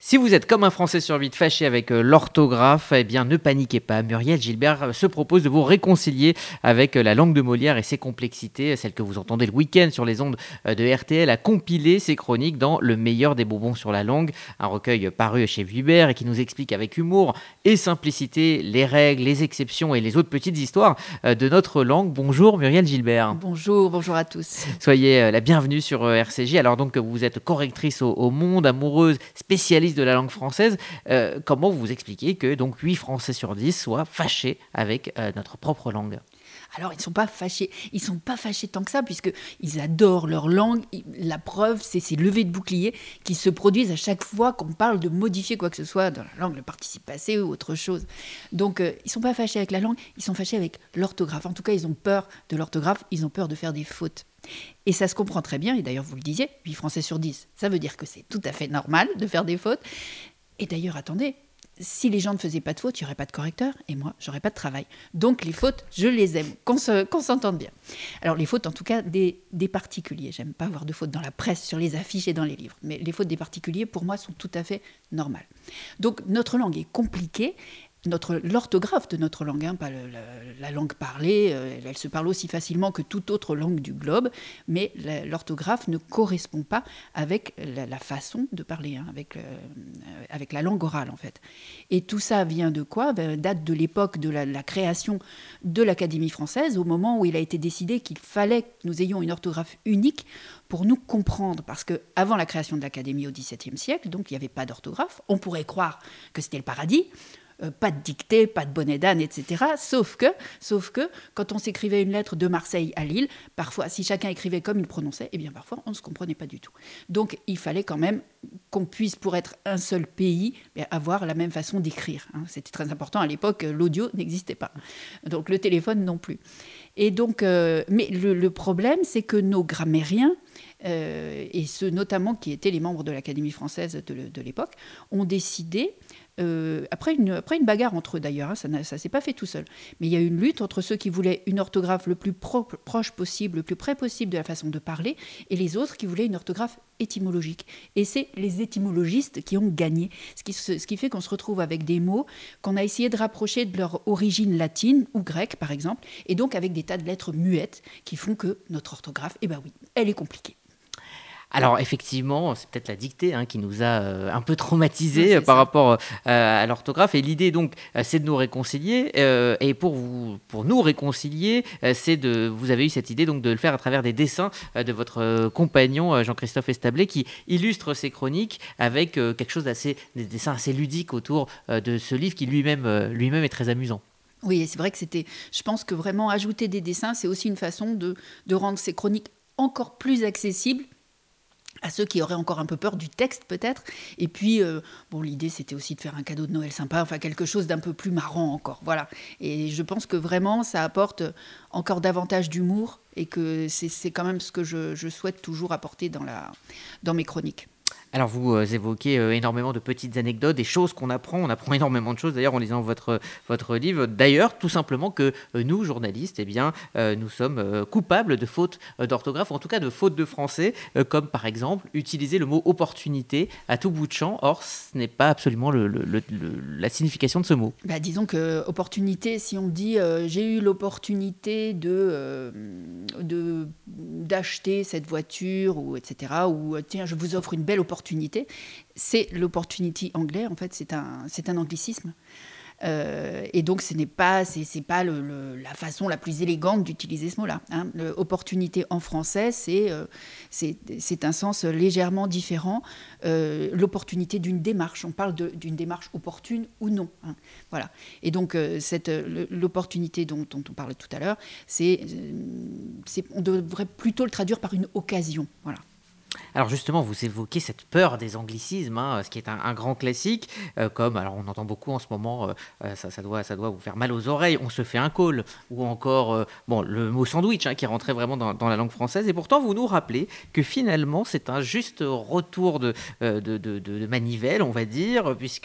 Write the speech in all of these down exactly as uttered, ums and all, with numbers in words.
Si vous êtes comme un Français sur huit fâché avec euh, l'orthographe, eh bien ne paniquez pas. Muriel Gilbert euh, se propose de vous réconcilier avec euh, la langue de Molière et ses complexités, celle que vous entendez le week-end sur les ondes euh, de R T L, a compilé ses chroniques dans Le meilleur des bonbons sur la langue, un recueil paru chez Vuibert et qui nous explique avec humour et simplicité les règles, les exceptions et les autres petites histoires euh, de notre langue. Bonjour Muriel Gilbert. Bonjour, bonjour à tous. Soyez euh, la bienvenue sur euh, R C J. Alors donc que vous êtes correctrice au, au Monde, amoureuse, spécialiste de la langue française, euh, comment vous expliquez que donc huit Français sur dix soient fâchés avec euh, notre propre langue? Alors, ils ne sont pas fâchés. Ils ne sont pas fâchés tant que ça, puisqu'ils adorent leur langue. La preuve, c'est ces levées de boucliers qui se produisent à chaque fois qu'on parle de modifier quoi que ce soit dans la langue, le participe passé ou autre chose. Donc, euh, ils ne sont pas fâchés avec la langue, ils sont fâchés avec l'orthographe. En tout cas, ils ont peur de l'orthographe, ils ont peur de faire des fautes. Et ça se comprend très bien, et d'ailleurs, vous le disiez, huit Français sur dix, ça veut dire que c'est tout à fait normal de faire des fautes. Et d'ailleurs, attendez, si les gens ne faisaient pas de fautes, il n'y aurait pas de correcteur, et moi, j'aurais pas de travail. Donc les fautes, je les aime, qu'on, se, qu'on s'entende bien. Alors les fautes, en tout cas, des, des particuliers. J'aime pas avoir de fautes dans la presse, sur les affiches et dans les livres. Mais les fautes des particuliers, pour moi, sont tout à fait normales. Donc notre langue est compliquée. Notre, l'orthographe de notre langue, hein, pas le, la, la langue parlée, euh, elle, elle se parle aussi facilement que toute autre langue du globe, mais la, l'orthographe ne correspond pas avec la, la façon de parler, hein, avec, euh, avec la langue orale en fait. Et tout ça vient de quoi? Ben, date de l'époque de la, la création de l'Académie française, au moment où il a été décidé qu'il fallait que nous ayons une orthographe unique pour nous comprendre, parce qu'avant la création de l'Académie au XVIIe siècle, donc il n'y avait pas d'orthographe, on pourrait croire que c'était le paradis. Euh, pas de dictée, pas de bonnet d'âne, et cetera. Sauf que, sauf que, quand on s'écrivait une lettre de Marseille à Lille, parfois, si chacun écrivait comme il prononçait, eh bien parfois, on ne se comprenait pas du tout. Donc, il fallait quand même qu'on puisse, pour être un seul pays, bien, avoir la même façon d'écrire. Hein. C'était très important. À l'époque, l'audio n'existait pas. Donc, le téléphone non plus. Et donc, euh, mais le, le problème, c'est que nos grammairiens, euh, et ceux notamment qui étaient les membres de l'Académie française de, de l'époque, ont décidé, euh, après, une, après une bagarre entre eux d'ailleurs, hein, ça ne s'est pas fait tout seul, mais il y a eu une lutte entre ceux qui voulaient une orthographe le plus pro- proche possible, le plus près possible de la façon de parler, et les autres qui voulaient une orthographe étymologique. Et c'est les étymologistes qui ont gagné, ce qui, ce qui fait qu'on se retrouve avec des mots qu'on a essayé de rapprocher de leur origine latine ou grecque par exemple, et donc avec des tas de lettres muettes qui font que notre orthographe, eh ben oui, elle est compliquée. Alors effectivement, c'est peut-être la dictée hein, qui nous a euh, un peu traumatisés Oui, euh, c'est par ça. rapport euh, à l'orthographe. Et l'idée donc, euh, c'est de nous réconcilier. Euh, et pour vous, pour nous réconcilier, euh, c'est de, vous avez eu cette idée donc de le faire à travers des dessins euh, de votre euh, compagnon euh, Jean-Christophe Establé, qui illustre ses chroniques avec euh, quelque chose d'assez, des dessins assez ludiques autour euh, de ce livre qui lui-même, euh, lui-même est très amusant. Oui, et c'est vrai que c'était. Je pense que vraiment ajouter des dessins, c'est aussi une façon de, de rendre ces chroniques encore plus accessibles à ceux qui auraient encore un peu peur du texte peut-être. Et puis, euh, bon, l'idée c'était aussi de faire un cadeau de Noël sympa, enfin quelque chose d'un peu plus marrant encore, voilà. Et je pense que vraiment ça apporte encore davantage d'humour et que c'est, c'est quand même ce que je, je souhaite toujours apporter dans, la, dans mes chroniques. Alors vous euh, évoquez euh, énormément de petites anecdotes, des choses qu'on apprend. On apprend énormément de choses d'ailleurs en lisant votre, votre livre. D'ailleurs, tout simplement que euh, nous, journalistes, eh bien, euh, nous sommes euh, coupables de fautes euh, d'orthographe, ou en tout cas de fautes de français, euh, comme par exemple utiliser le mot opportunité à tout bout de champ. Or, ce n'est pas absolument le, le- le- le- la signification de ce mot. Bah, disons que opportunité, si on dit euh, j'ai eu l'opportunité de, euh, de d'acheter cette voiture ou et cetera ou euh, tiens je vous offre une belle opportunité, c'est l'opportunity anglais en fait c'est un c'est un anglicisme. Euh, et donc, ce n'est pas, c'est, c'est pas le, le, la façon la plus élégante d'utiliser ce mot-là. Hein. Le, opportunité en français, c'est, euh, c'est, c'est un sens légèrement différent. Euh, l'opportunité d'une démarche. On parle de, d'une démarche opportune ou non. Hein. Voilà. Et donc, euh, cette, l'opportunité dont, dont on parlait tout à l'heure, c'est, c'est, on devrait plutôt le traduire par une occasion. Voilà. Alors justement, vous évoquez cette peur des anglicismes, hein, ce qui est un, un grand classique, euh, comme, alors on entend beaucoup en ce moment, euh, euh, ça, ça doit, ça doit vous faire mal aux oreilles, on se fait un call, ou encore euh, bon, le mot sandwich, hein, qui rentrait vraiment dans, dans la langue française, et pourtant vous nous rappelez que finalement c'est un juste retour de, euh, de, de, de- de manivelle, on va dire, puisque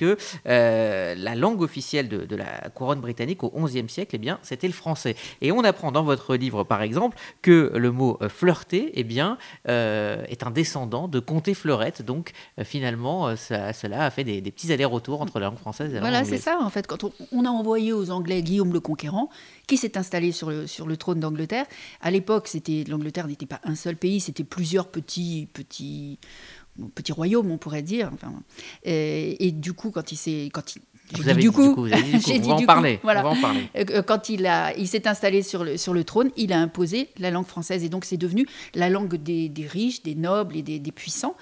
euh, la langue officielle de, de la couronne britannique au onzième siècle, eh bien, c'était le français. Et on apprend dans votre livre, par exemple, que le mot euh, flirter, eh bien, euh, est un descendant de Comté Fleurette. Donc euh, finalement, euh, ça- cela a fait des, des petits allers-retours entre la langue française et la langue Voilà, c'est anglaise. ça, en fait. Quand on, on a envoyé aux Anglais Guillaume le Conquérant, qui s'est installé sur le, sur le trône d'Angleterre. À l'époque, c'était, l'Angleterre n'était pas un seul pays, c'était plusieurs petits, petits, petits royaumes, on pourrait dire. Enfin, et, et du coup, quand il s'est... Quand il, j'ai Vous dit avez du dit du coup, coup, vous avez dit du coup, j'ai on dit va en du coup, parler, on voilà. va en parler. Euh, Quand il, a, il s'est installé sur le, sur le trône, il a imposé la langue française. Et donc, c'est devenu la langue des, des riches, des nobles et des, des puissants.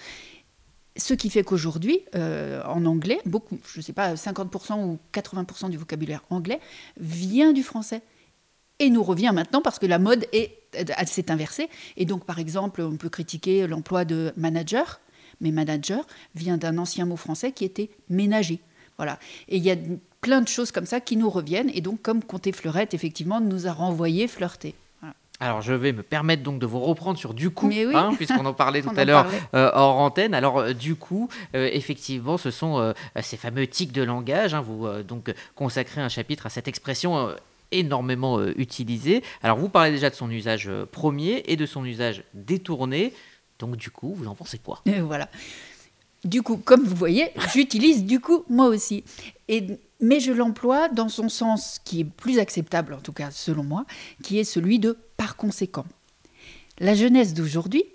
Ce qui fait qu'aujourd'hui, euh, en anglais, beaucoup, je ne sais pas, cinquante pour cent ou quatre-vingts pour cent du vocabulaire anglais vient du français. Et nous revient maintenant parce que la mode est, elle s'est inversée. Et donc, par exemple, on peut critiquer l'emploi de manager, mais manager vient d'un ancien mot français qui était ménager. Voilà. Et il y a plein de choses comme ça qui nous reviennent. Et donc, comme Comté Fleurette, effectivement, nous a renvoyé flirter. Voilà. Alors, je vais me permettre donc de vous reprendre sur du coup, Mais oui, hein, puisqu'on en parlait tout on à en l'heure parlait. euh, hors antenne. Alors, euh, du coup, euh, effectivement, ce sont euh, ces fameux tics de langage. Hein, vous euh, donc consacrez un chapitre à cette expression euh, énormément euh, utilisée. Alors, vous parlez déjà de son usage euh, premier et de son usage détourné. Donc, du coup, vous en pensez quoi? Et voilà. Du coup, comme vous voyez, j'utilise du coup moi aussi. Et, mais je l'emploie dans son sens qui est plus acceptable, en tout cas selon moi, qui est celui de par conséquent. La jeunesse d'aujourd'hui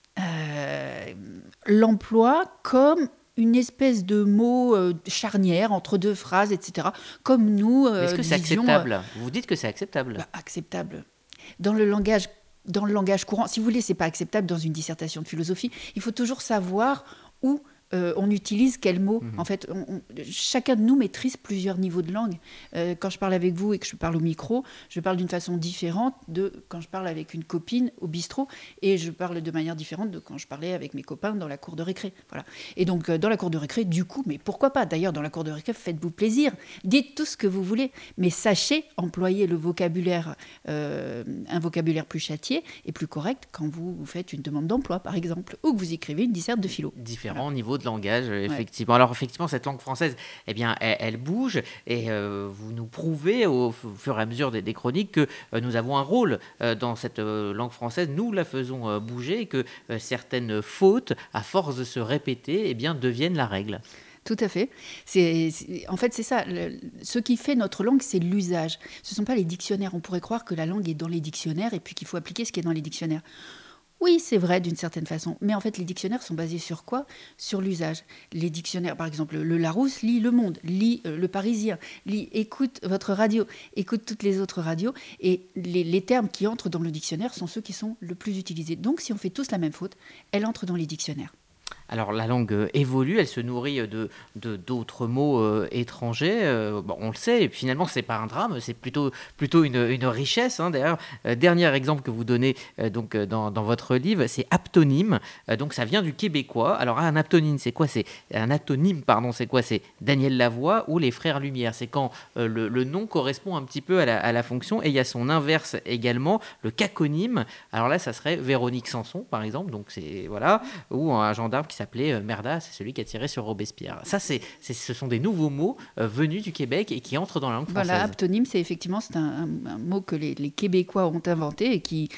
euh, l'emploie comme une espèce de mot euh, charnière entre deux phrases, et cetera. Comme nous Mais est-ce euh, que c'est disions euh, acceptable? Vous dites que c'est acceptable. bah, acceptable. Dans le langage, dans le langage courant, si vous voulez, c'est pas acceptable dans une dissertation de philosophie. Il faut toujours savoir où euh, on utilise quel mot. Mhm. En fait, on- on- chacun de nous maîtrise plusieurs niveaux de langue. Euh, quand je parle avec vous et que je parle au micro, je parle d'une façon différente de quand je parle avec une copine au bistrot, et je parle de manière différente de quand je parlais avec mes copains dans la cour de récré. Voilà. Et donc, euh, dans la cour de récré, du coup, mais pourquoi pas? D'ailleurs, dans la cour de récré, faites-vous plaisir. Dites tout ce que vous voulez, mais sachez employer le vocabulaire, euh, un vocabulaire plus châtié et plus correct quand vous, vous faites une demande d'emploi, par exemple, ou que vous écrivez une disserte de philo. Différents Voilà. niveaux de langage, euh, Ouais. effectivement. Alors, effectivement, cette langue française, eh bien, elle, elle bouge et euh, vous nous prouvez au, f- au fur et à mesure des, des chroniques que euh, nous avons un rôle euh, dans cette euh, langue française. Nous la faisons euh, bouger et que euh, certaines fautes, à force de se répéter, eh bien, deviennent la règle. Tout à fait. C'est, c'est- en fait, c'est ça. Le- ce qui fait notre langue, c'est l'usage. Ce ne sont pas les dictionnaires. On pourrait croire que la langue est dans les dictionnaires et puis qu'il faut appliquer ce qui est dans les dictionnaires. Oui, c'est vrai d'une certaine façon. Mais en fait, les dictionnaires sont basés sur quoi? Sur l'usage. Les dictionnaires, par exemple, le Larousse lit Le Monde, lit euh, Le Parisien, lit, écoute votre radio, écoute toutes les autres radios. Et les, les termes qui entrent dans le dictionnaire sont ceux qui sont le plus utilisés. Donc, si on fait tous la même faute, elle entre dans les dictionnaires. Alors la langue euh, évolue, elle se nourrit de de- d'autres mots euh, étrangers, euh, bon, on le sait, et finalement c'est pas un drame, c'est plutôt, plutôt une, une richesse. Hein. D'ailleurs, euh, dernier exemple que vous donnez euh, donc, euh, dans, dans votre livre, c'est aptonyme, Euh, donc ça vient du québécois. Alors un aptonyme, c'est quoi? C'est un aptonyme, pardon, c'est quoi? C'est Daniel Lavoie ou les frères Lumière. C'est quand euh, le, le nom correspond un petit peu à la, à la fonction, et il y a son inverse également, le caconyme. Alors là, ça serait Véronique Sanson, par exemple, donc c'est voilà, ou un gendarme qui s'appelait euh, Merda, c'est celui qui a tiré sur Robespierre. Ça, c'est, c'est- ce sont des nouveaux mots euh, venus du Québec et qui entrent dans la langue Voilà, française. aptonyme, c'est effectivement c'est un, un- un mot que les, les Québécois ont inventé et qui,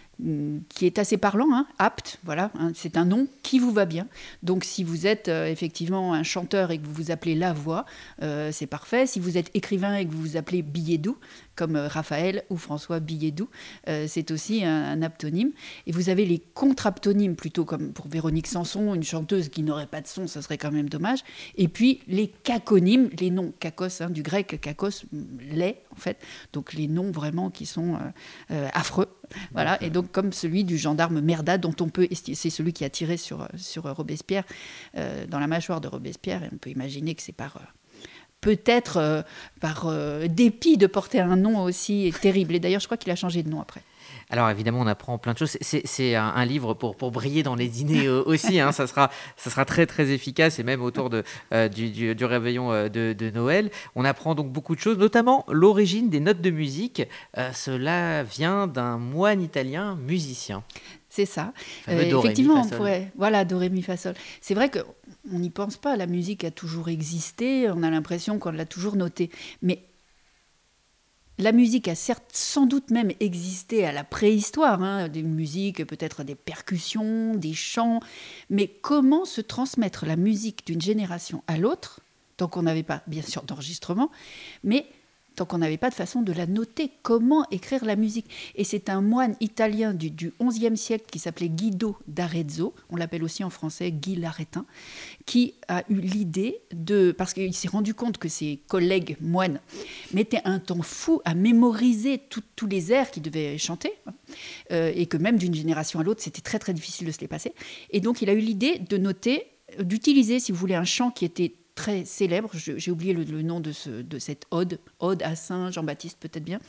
mm, qui est assez parlant, hein, apte, voilà, hein, c'est un nom qui vous va bien. Donc si vous êtes euh, effectivement un chanteur et que vous vous appelez La Voix, euh, c'est parfait. Si vous êtes écrivain et que vous vous appelez Billet-Doux, comme euh, Raphaël ou François Billet-Doux, euh, c'est aussi un, un aptonyme. Et vous avez les contre-aptonymes, plutôt comme pour Véronique Sanson, une chanteuse qui n'aurait pas de son, ça serait quand même dommage. Et puis les caconymes, les noms kakos, hein, du grec kakos, lait en fait, donc les noms vraiment qui sont euh, euh, affreux. Voilà, et donc comme celui du gendarme Merda, dont on peut esti- c'est celui qui a tiré sur, sur Robespierre, euh, dans la mâchoire de Robespierre, et on peut imaginer que c'est par... euh, peut-être euh, par euh, dépit de porter un nom aussi terrible. Et d'ailleurs, je crois qu'il a changé de nom après. Alors évidemment, on apprend plein de choses. C'est, c'est- c'est un, un livre pour, pour briller dans les dîners euh, aussi. Hein. Ça sera, ça sera très très efficace et même autour de, euh, du, du- du réveillon euh, de, de Noël. On apprend donc beaucoup de choses, notamment l'origine des notes de musique. Euh, cela vient d'un moine italien musicien, C'est ça. le Euh, fameux do, ré, mi, effectivement, fa, on sol. pourrait... Voilà, do, ré, mi, fa, sol. C'est vrai qu'on n'y pense pas. La musique a toujours existé. On a l'impression qu'on l'a toujours notée. Mais La musique a certes sans doute même existé à la préhistoire, hein, des musiques, peut-être des percussions, des chants, mais comment se transmettre la musique d'une génération à l'autre, tant qu'on n'avait pas, bien sûr, d'enregistrement, mais tant qu'on n'avait pas de façon de la noter, comment écrire la musique. Et c'est un moine italien du, du onzième siècle qui s'appelait Guido d'Arezzo, on l'appelle aussi en français Guy l'Arétin, qui a eu l'idée de... Parce qu'il s'est rendu compte que ses collègues moines mettaient un temps fou à mémoriser tout- tous les airs qu'ils devaient chanter, euh, et que même d'une génération à l'autre, c'était très très difficile de se les passer. Et donc il a eu l'idée de noter, d'utiliser, si vous voulez, un chant qui était très célèbre, je- j'ai oublié le, le nom de, ce- de cette ode, ode à Saint Jean-Baptiste peut-être bien,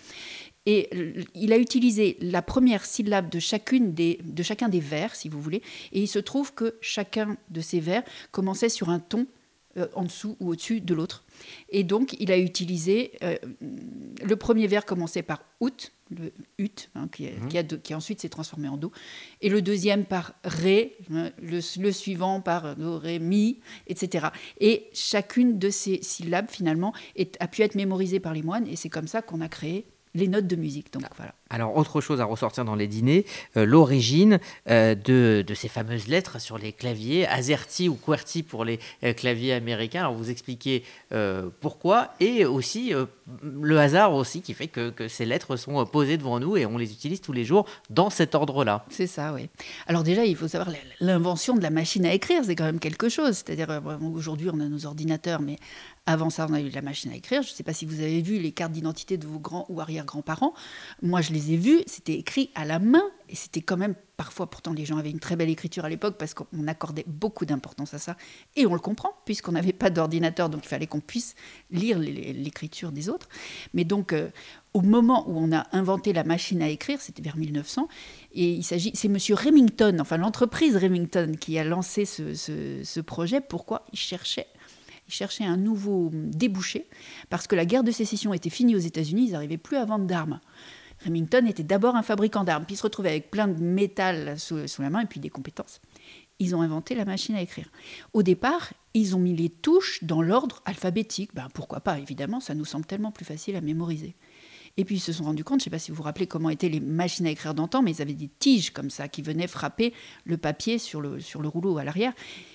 et l- il a utilisé la première syllabe de, chacune des, de chacun des vers, si vous voulez, et il se trouve que chacun de ces vers commençait sur un ton euh, en dessous ou au-dessus de l'autre. Et donc, il a utilisé... euh, le premier vers commençait par out, le ut, hein, qui, est- Mhm. qui a deux- qui ensuite s'est transformé en do, et le deuxième par ré, hein, le, le suivant par do, ré, mi, et cetera. Et chacune de ces syllabes, finalement, est- a pu être mémorisée par les moines, et c'est comme ça qu'on a créé les notes de musique. Donc voilà. Alors, autre chose à ressortir dans les dîners, euh, l'origine euh, de, de ces fameuses lettres sur les claviers, AZERTY ou QWERTY pour les euh, claviers américains. Alors, vous expliquez euh, pourquoi et aussi euh, le hasard aussi qui fait que, que ces lettres sont euh, posées devant nous et on les utilise tous les jours dans cet ordre-là. C'est ça, oui. Alors déjà, il faut savoir, l- l'invention de la machine à écrire, c'est quand même quelque chose. C'est-à-dire, euh, bon, aujourd'hui, on a nos ordinateurs, mais avant ça, on a eu la machine à écrire. Je ne sais pas si vous avez vu les cartes d'identité de vos grands ou arrière-grands-parents. Moi, je les ai vues, c'était écrit à la main. Et c'était quand même, parfois, pourtant, les gens avaient une très belle écriture à l'époque parce qu'on accordait beaucoup d'importance à ça. Et on le comprend, puisqu'on n'avait pas d'ordinateur, donc il fallait qu'on puisse lire les- l'écriture des autres. Mais donc, euh, au moment où on a inventé la machine à écrire, c'était vers mille neuf cents, et il s'agit, c'est Monsieur Remington, enfin l'entreprise Remington, qui a lancé ce, ce- ce projet. Pourquoi? Il cherchait, il cherchait un nouveau débouché, parce que la guerre de sécession était finie aux États-Unis, ils n'arrivaient plus à vendre d'armes. Remington était d'abord un fabricant d'armes, puis il se retrouvait avec plein de métal sous, sous la main et puis des compétences. Ils ont inventé la machine à écrire. Au départ, ils ont mis les touches dans l'ordre alphabétique. Ben, pourquoi pas, évidemment, ça nous semble tellement plus facile à mémoriser. Et puis ils se sont rendus compte, je ne sais pas si vous vous rappelez comment étaient les machines à écrire d'antan, mais ils avaient des tiges comme ça qui venaient frapper le papier sur le, sur le rouleau à l'arrière.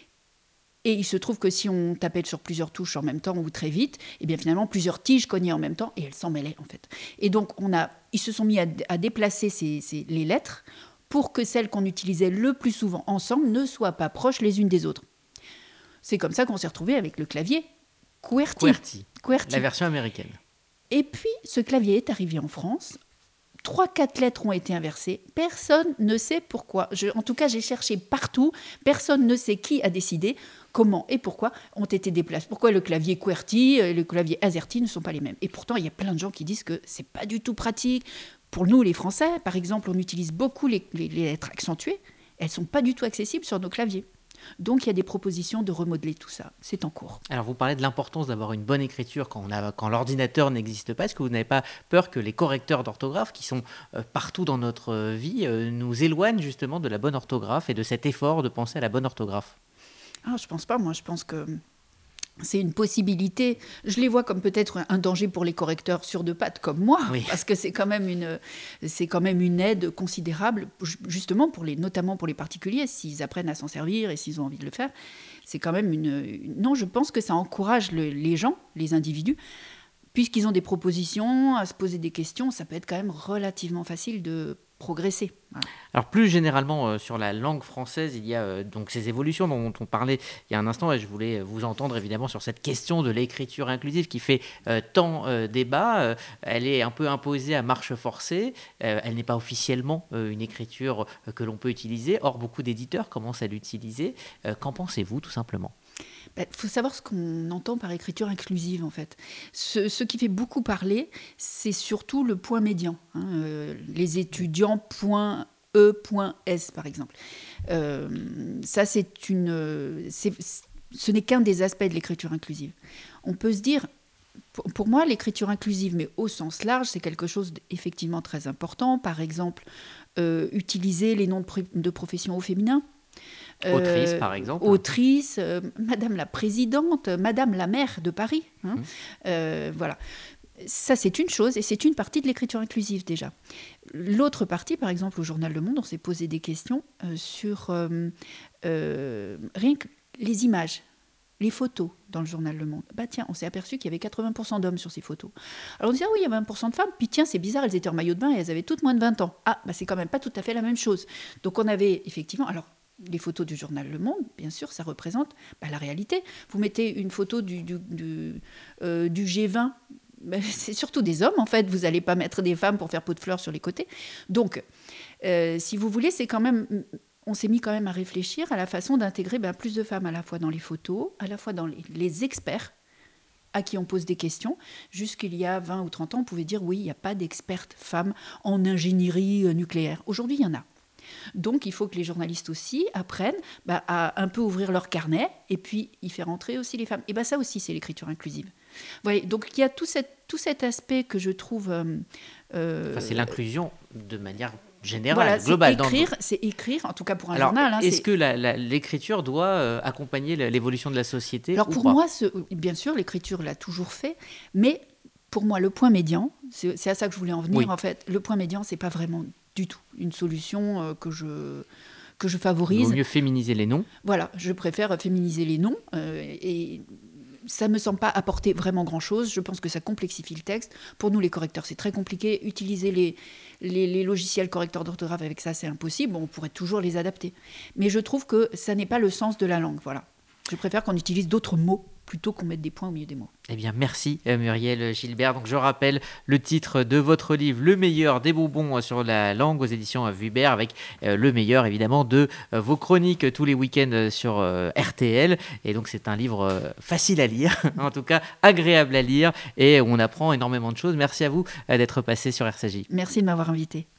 Et il se trouve que si on tapait sur plusieurs touches en même temps ou très vite, eh bien finalement plusieurs tiges cognaient en même temps et elles s'en mêlaient en fait. Et donc on a, ils se sont mis à, à déplacer ces, ces- les lettres pour que celles qu'on utilisait le plus souvent ensemble ne soient pas proches les unes des autres. C'est comme ça qu'on s'est retrouvé avec le clavier QWERTY. QWERTY, QWERTY. la version américaine. Et puis ce clavier est arrivé en France. Trois, quatre lettres ont été inversées. Personne ne sait pourquoi. Je- en tout cas, j'ai cherché partout. Personne ne sait qui a décidé, comment et pourquoi ont été déplacés. Pourquoi le clavier QWERTY et le clavier AZERTY ne sont pas les mêmes. Et pourtant, il y a plein de gens qui disent que c'est pas du tout pratique. Pour nous, les Français, par exemple, on utilise beaucoup les, les- les lettres accentuées. Elles sont pas du tout accessibles sur nos claviers. Donc, il y a des propositions de remodeler tout ça. C'est en cours. Alors, vous parlez de l'importance d'avoir une bonne écriture quand, on a, quand l'ordinateur n'existe pas. Est-ce que vous n'avez pas peur que les correcteurs d'orthographe, qui sont euh, partout dans notre euh, vie, euh, nous éloignent justement de la bonne orthographe et de cet effort de penser à la bonne orthographe? Ah, je pense pas. Moi, je pense que c'est une possibilité. Je les vois comme peut-être un danger pour les correcteurs sur deux pattes comme moi, Oui. parce que c'est quand même une, c'est quand même une aide considérable, justement pour les, notamment pour les particuliers, s'ils apprennent à s'en servir et s'ils ont envie de le faire. C'est quand même une, une- non, je pense que ça encourage le- les gens, les individus, puisqu'ils ont des propositions, à se poser des questions. Ça peut être quand même relativement facile de progresser. Voilà. Alors plus généralement euh, sur la langue française, il y a euh, donc ces évolutions dont on parlait il y a un instant et je voulais vous entendre évidemment sur cette question de l'écriture inclusive qui fait euh, tant euh, débat. Euh, elle est un peu imposée à marche forcée, euh, elle n'est pas officiellement euh, une écriture euh, que l'on peut utiliser, or beaucoup d'éditeurs commencent à l'utiliser. Euh, qu'en pensez-vous tout simplement? Il faut savoir ce qu'on entend par écriture inclusive, en fait. Ce, ce qui fait beaucoup parler, c'est surtout le point médian. Hein, euh, les étudiants, point E, point S, par exemple. Euh, ça, c'est une... c'est- ce n'est qu'un des aspects de l'écriture inclusive. On peut se dire, pour, pour moi, l'écriture inclusive, mais au sens large, c'est quelque chose d'effectivement très important. Par exemple, euh, utiliser les noms de, pr- de profession au féminin. Autrice Euh, par exemple. autrice, euh, Madame la Présidente, Madame la maire de Paris. Hein. Mmh. Euh, voilà. Ça, c'est une chose, et c'est une partie de l'écriture inclusive déjà. L'autre partie, par exemple, au journal Le Monde, on s'est posé des questions euh, sur euh, euh, rien que les images, les photos dans le journal Le Monde. Bah tiens, on s'est aperçu qu'il y avait quatre-vingts pour cent d'hommes sur ces photos. Alors on disait, ah oui, il y avait vingt pour cent de femmes, puis tiens, c'est bizarre, elles étaient en maillot de bain et elles avaient toutes moins de vingt ans. Ah, bah c'est quand même pas tout à fait la même chose. Donc on avait effectivement, alors les photos du journal Le Monde, bien sûr, ça représente bah, la réalité. Vous mettez une photo du, du, du, euh, du G vingt, ben, c'est surtout des hommes, en fait. Vous n'allez pas mettre des femmes pour faire peau de fleurs sur les côtés. Donc, euh, si vous voulez, c'est quand même... On s'est mis quand même à réfléchir à la façon d'intégrer ben, plus de femmes à la fois dans les photos, à la fois dans les, les experts à qui on pose des questions. Jusqu'il y a vingt ou trente ans, on pouvait dire oui, il n'y a pas d'expertes femmes en ingénierie euh, nucléaire. Aujourd'hui, il y en a. Donc, il faut que les journalistes aussi apprennent bah, à un peu ouvrir leur carnet et puis y faire entrer aussi les femmes. Et bien, ça aussi, c'est l'écriture inclusive. Vous voyez, donc, il y a tout, cette, tout cet aspect que je trouve... Euh, euh, enfin, c'est l'inclusion de manière générale, voilà, globale. C'est écrire, dans... c'est écrire, en tout cas pour un Alors, journal. Hein, est-ce c'est... que la, la, l'écriture doit euh, accompagner l'évolution de la société? Alors, ou pour pas moi, ce, bien sûr, l'écriture l'a toujours fait, mais pour moi, le point médian, c'est, c'est à ça que je voulais en venir, oui. en fait. Le point médian, c'est pas vraiment du tout une solution euh, que je... que je favorise. Il vaut mieux féminiser les noms. Voilà, je préfère féminiser les noms euh, et ça ne me semble pas apporter vraiment grand-chose. Je pense que ça complexifie le texte. Pour nous, les correcteurs, c'est très compliqué. Utiliser les, les, les logiciels correcteurs d'orthographe avec ça, c'est impossible. Bon, on pourrait toujours les adapter. Mais je trouve que ça n'est pas le sens de la langue. Voilà. Je préfère qu'on utilise d'autres mots plutôt qu'on mette des points au milieu des mots. Eh bien, merci Muriel Gilbert. Donc, je rappelle le titre de votre livre, Le meilleur des bonbons sur la langue, aux éditions Vuibert, avec euh, le meilleur, évidemment, de euh, vos chroniques tous les week-ends sur euh, R T L. Et donc, c'est un livre euh, facile à lire, en tout cas agréable à lire, et où on apprend énormément de choses. Merci à vous euh, d'être passé sur R C J. Merci de m'avoir invité.